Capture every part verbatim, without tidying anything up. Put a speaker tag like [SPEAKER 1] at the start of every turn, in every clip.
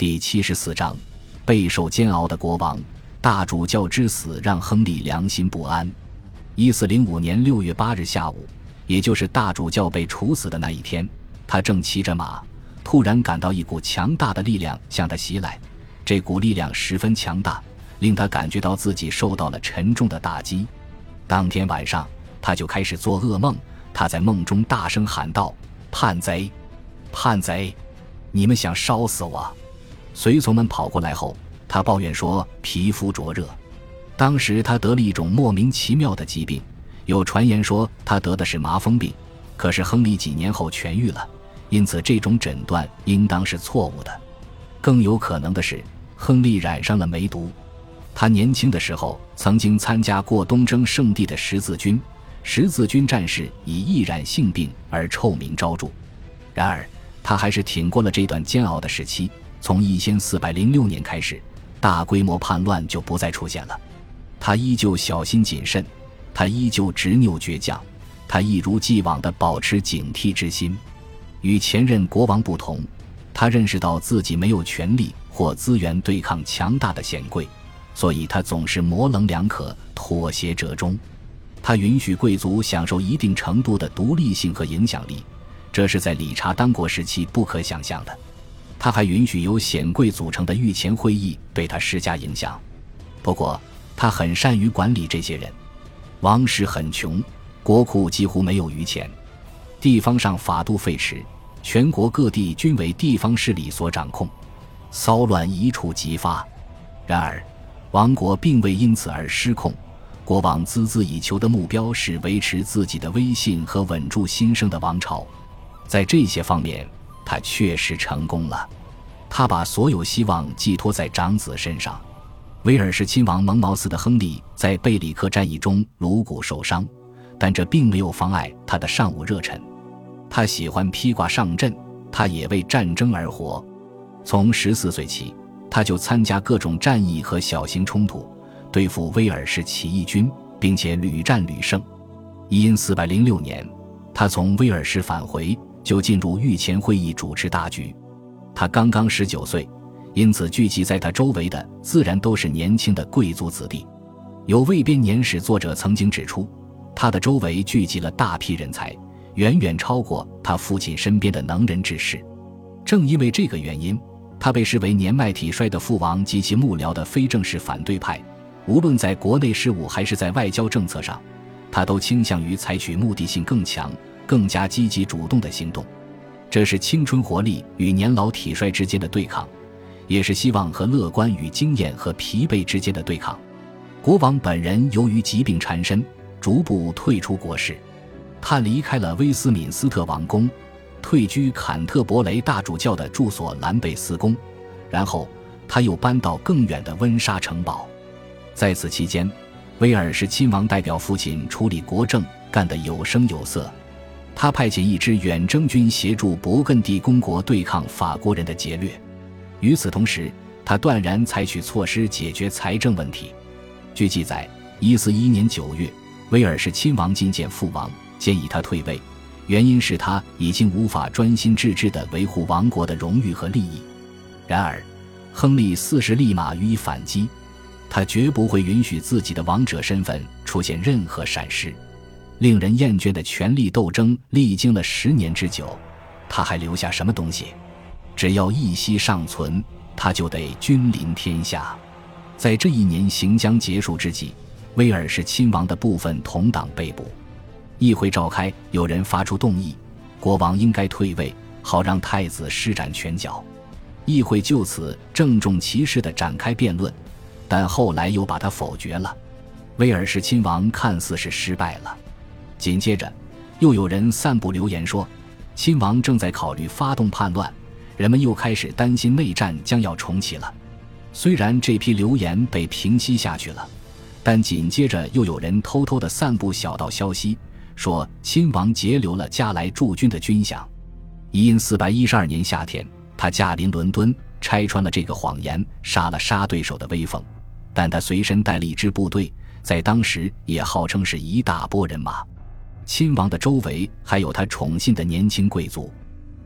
[SPEAKER 1] 第七十四章，备受煎熬的国王。大主教之死让亨利良心不安。一四零五年六月八日下午，也就是大主教被处死的那一天，他正骑着马，突然感到一股强大的力量向他袭来。这股力量十分强大，令他感觉到自己受到了沉重的打击。当天晚上，他就开始做噩梦。他在梦中大声喊道：叛贼！叛贼！你们想烧死我！随从们跑过来后，他抱怨说皮肤灼热。当时他得了一种莫名其妙的疾病，有传言说他得的是麻风病，可是亨利几年后痊愈了，因此这种诊断应当是错误的。更有可能的是，亨利染上了梅毒。他年轻的时候曾经参加过东征圣地的十字军，十字军战士以易染性病而臭名昭著。然而他还是挺过了这段煎熬的时期。从一千四百零六年开始，大规模叛乱就不再出现了。他依旧小心谨慎，他依旧执拗倔强，他一如既往地保持警惕之心。与前任国王不同，他认识到自己没有权力或资源对抗强大的显贵，所以他总是模棱两可，妥协折中。他允许贵族享受一定程度的独立性和影响力，这是在理查当国时期不可想象的。他还允许由显贵组成的御前会议对他施加影响。不过他很善于管理这些人。王室很穷，国库几乎没有余钱，地方上法度废弛，全国各地均为地方势力所掌控，骚乱一触即发。然而王国并未因此而失控，国王孜孜以求的目标是维持自己的威信和稳住新生的王朝。在这些方面他确实成功了。他把所有希望寄托在长子身上。威尔士亲王蒙茅斯的亨利在贝里克战役中颅骨受伤，但这并没有妨碍他的尚武热忱。他喜欢披挂上阵，他也为战争而活。从十四岁起，他就参加各种战役和小型冲突，对付威尔士起义军，并且屡战屡胜。因四百零六年，他从威尔士返回，就进入御前会议主持大局。他刚刚十九岁，因此聚集在他周围的自然都是年轻的贵族子弟。有卫编年史作者曾经指出，他的周围聚集了大批人才，远远超过他父亲身边的能人志士。正因为这个原因，他被视为年迈体衰的父王及其幕僚的非正式反对派。无论在国内事务还是在外交政策上，他都倾向于采取目的性更强、更加积极主动的行动。这是青春活力与年老体衰之间的对抗，也是希望和乐观与经验和疲惫之间的对抗。国王本人由于疾病缠身，逐步退出国事。他离开了威斯敏斯特王宫，退居坎特伯雷大主教的住所兰贝斯宫，然后他又搬到更远的温莎城堡。在此期间，威尔士亲王代表父亲处理国政，干得有声有色。他派遣一支远征军协助勃艮第公国对抗法国人的劫掠。与此同时，他断然采取措施解决财政问题。据记载，一四一一年九月，威尔士亲王觐见父王，建议他退位，原因是他已经无法专心致志地维护王国的荣誉和利益。然而亨利四世立马予以反击，他绝不会允许自己的王者身份出现任何闪失。令人厌倦的权力斗争历经了十年之久，他还留下什么东西？只要一息尚存，他就得君临天下。在这一年行将结束之际，威尔士亲王的部分同党被捕。议会召开，有人发出动议，国王应该退位，好让太子施展拳脚。议会就此郑重其事地展开辩论，但后来又把它否决了。威尔士亲王看似是失败了。紧接着又有人散布流言说，亲王正在考虑发动叛乱，人们又开始担心内战将要重启了。虽然这批流言被平息下去了，但紧接着又有人偷偷地散布小道消息，说亲王截留了加来驻军的军饷。因四百一十二年夏天，他驾临伦敦，拆穿了这个谎言，杀了杀对手的威风。但他随身带了一支部队，在当时也号称是一大波人马。亲王的周围还有他宠信的年轻贵族。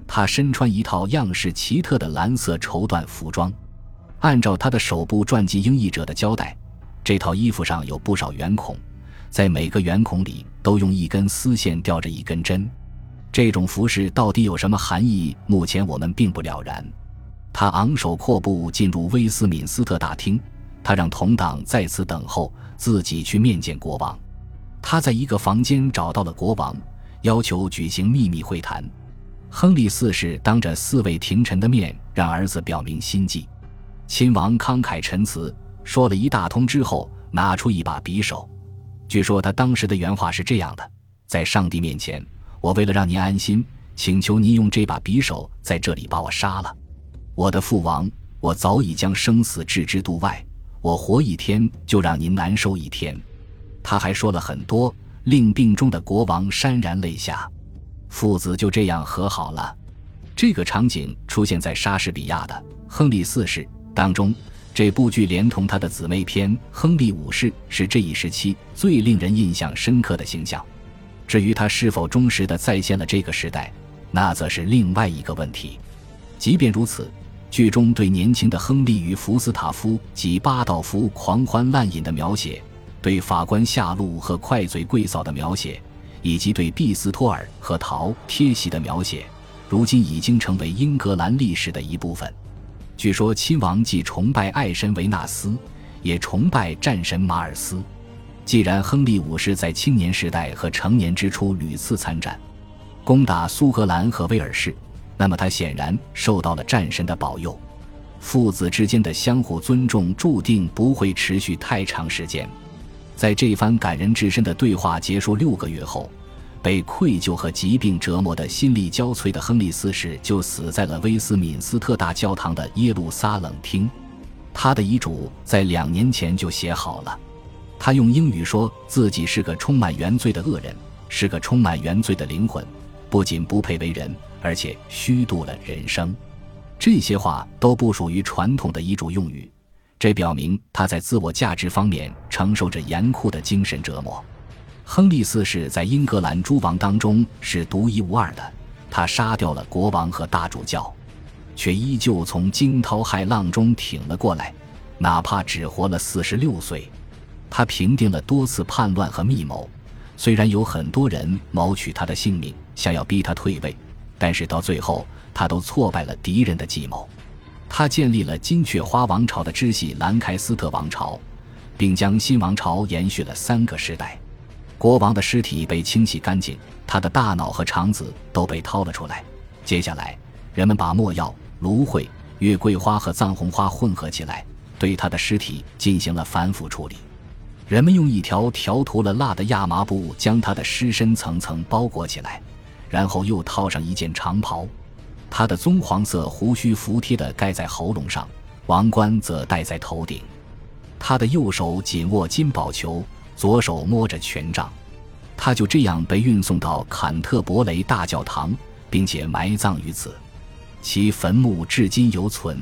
[SPEAKER 1] 他身穿一套样式奇特的蓝色绸缎服装。按照他的手部传记英译者的交代，这套衣服上有不少圆孔，在每个圆孔里都用一根丝线吊着一根针。这种服饰到底有什么含义，目前我们并不了然。他昂首阔步进入威斯敏斯特大厅，他让同党在此等候，自己去面见国王。他在一个房间找到了国王，要求举行秘密会谈。亨利四世当着四位廷臣的面让儿子表明心迹。亲王慷慨陈词，说了一大通之后，拿出一把匕首。据说他当时的原话是这样的：在上帝面前，我为了让您安心，请求您用这把匕首在这里把我杀了。我的父王，我早已将生死置之度外，我活一天就让您难受一天。他还说了很多，令病中的国王潸然泪下。父子就这样和好了。这个场景出现在莎士比亚的《亨利四世》当中，这部剧连同他的姊妹篇《亨利五世》是这一时期最令人印象深刻的形象。至于他是否忠实地再现了这个时代，那则是另外一个问题。即便如此，剧中对年轻的亨利与福斯塔夫及巴道夫狂欢滥饮的描写，对法官夏露和快嘴贵嫂的描写，以及对毕斯托尔和陶贴席的描写，如今已经成为英格兰历史的一部分。据说亲王既崇拜爱神维纳斯，也崇拜战神马尔斯。既然亨利五世在青年时代和成年之初屡次参战，攻打苏格兰和威尔士，那么他显然受到了战神的保佑。父子之间的相互尊重注定不会持续太长时间。在这番感人至深的对话结束六个月后，被愧疚和疾病折磨得心力交瘁的亨利四世就死在了威斯敏斯特大教堂的耶路撒冷厅。他的遗嘱在两年前就写好了。他用英语说自己是个充满原罪的恶人，是个充满原罪的灵魂，不仅不配为人，而且虚度了人生。这些话都不属于传统的遗嘱用语，这表明他在自我价值方面承受着严酷的精神折磨。亨利四世在英格兰诸王当中是独一无二的，他杀掉了国王和大主教，却依旧从惊涛骇浪中挺了过来，哪怕只活了四十六岁。他平定了多次叛乱和密谋，虽然有很多人谋取他的性命，想要逼他退位，但是到最后他都挫败了敌人的计谋。他建立了金雀花王朝的支系兰开斯特王朝，并将新王朝延续了三个时代。国王的尸体被清洗干净，他的大脑和肠子都被掏了出来。接下来人们把没药、芦荟、月桂花和藏红花混合起来，对他的尸体进行了反腐处理。人们用一条条涂了蜡的亚麻布将他的尸身层层包裹起来，然后又套上一件长袍。他的棕黄色胡须服帖地盖在喉咙上，王冠则戴在头顶。他的右手紧握金宝球，左手摸着权杖。他就这样被运送到坎特伯雷大教堂，并且埋葬于此，其坟墓至今犹存。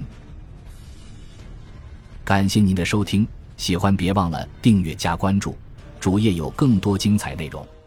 [SPEAKER 1] 感谢您的收听，喜欢别忘了订阅加关注，主页有更多精彩内容。